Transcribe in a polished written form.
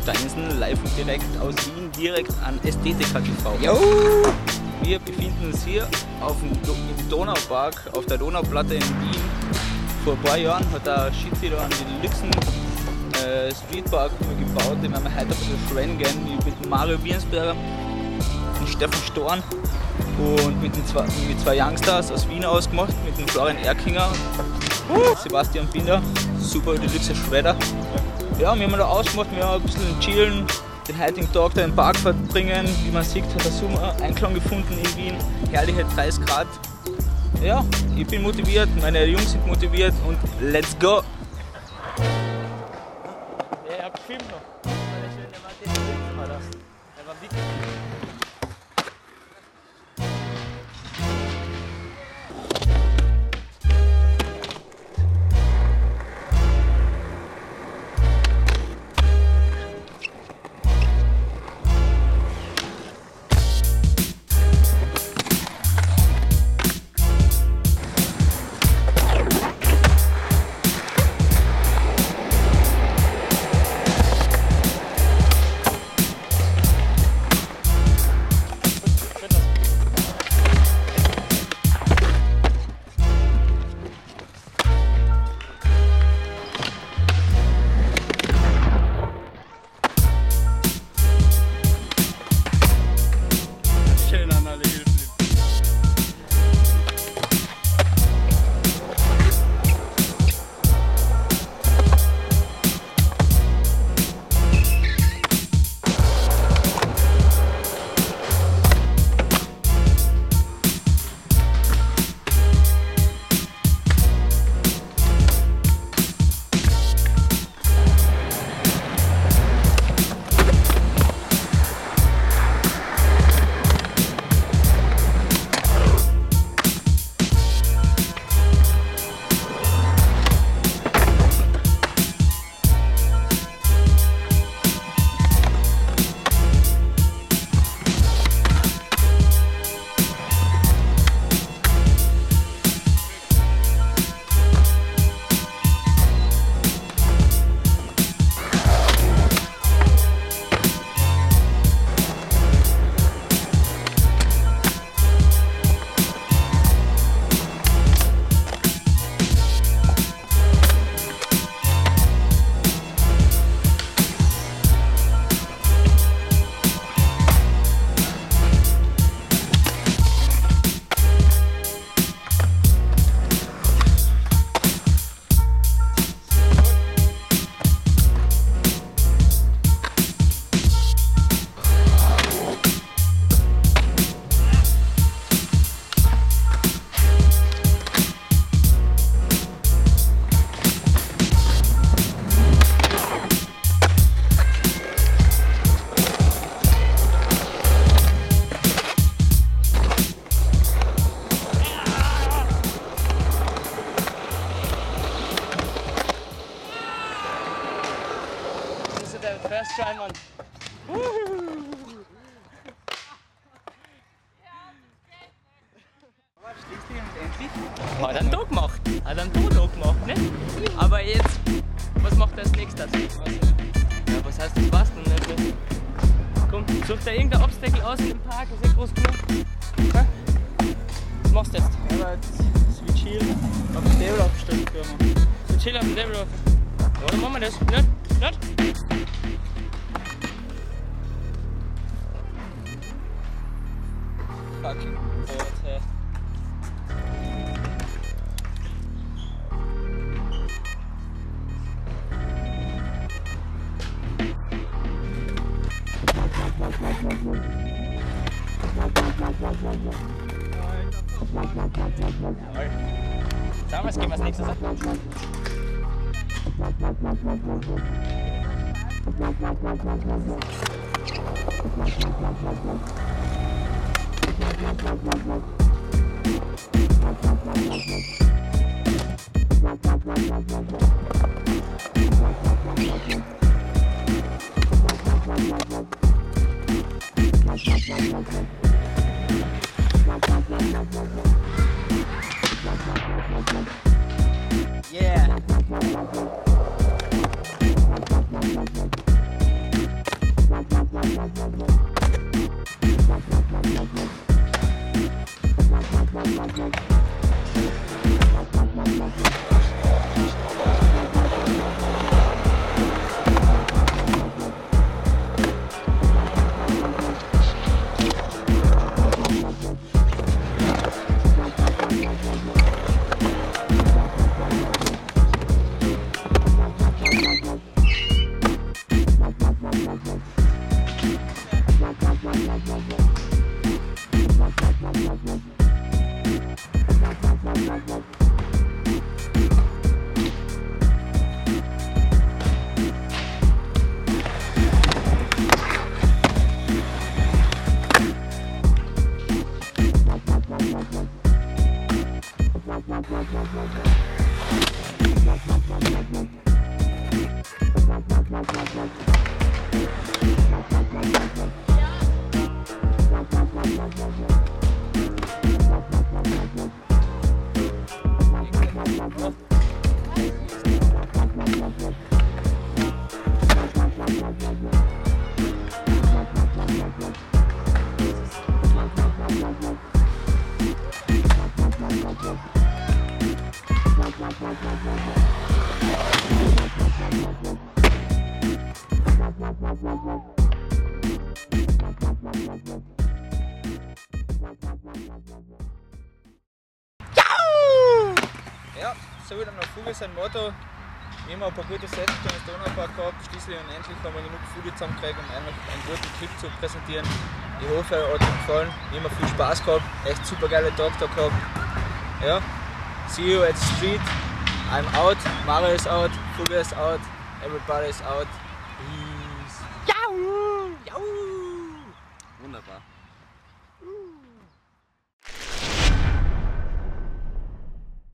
Steinsen, live und direkt aus Wien, direkt an Ästhetika TV. Jo! Wir befinden uns hier im Donaupark, auf der Donauplatte in Wien. Vor ein paar Jahren hat der Shitty da einen Deluxen Streetpark gebaut, den werden wir heute ein bisschen schreien gehen, mit Mario Wiensberger und Steffen Storn und mit zwei Youngsters aus Wien ausgemacht, mit dem Florian Erkinger, Sebastian Binder, super Deluxe Shredder. Ja, wir haben da ausgemacht, wir haben ein bisschen chillen, den heutigen Tag da im Park verbringen. Wie man sieht, hat der Sommer Einklang gefunden in Wien, herrliche 30 Grad. Ja, ich bin motiviert, meine Jungs sind motiviert und let's go! Ja, ich hab gefilmt noch. Der war wichtig. First try, Mann. Hat einen Tag gemacht. Hat einen Dodo gemacht, ne? Aber jetzt, was macht er als nächstes? Ja, was heißt das war's denn nicht? Komm, such dir irgendein Obstacle aus in dem Park, ist ja groß genug. Okay? Was machst du jetzt? Aber jetzt wie chill auf den Devil aufgestellt. So chill auf dem Devil auf. Ja, dann machen wir das. Nicht? Nicht? Fucking Board, Sagen wir, es gehen wir als nächstes an. Yeah. Ja, so wieder noch Fuge sein Motto. Wir haben ein paar gute Sets im Donaupark gehabt, schließlich und endlich haben wir genug Fuge zusammenkriegt, um einfach einen guten Clip zu präsentieren. Ich hoffe, euch hat es gefallen. Wir haben viel Spaß gehabt, echt super geile Tag da gehabt. Ja, see you at the street. I'm out, Mario is out, Fuge is out, everybody is out. Peace. Jau! Jau! Wunderbar.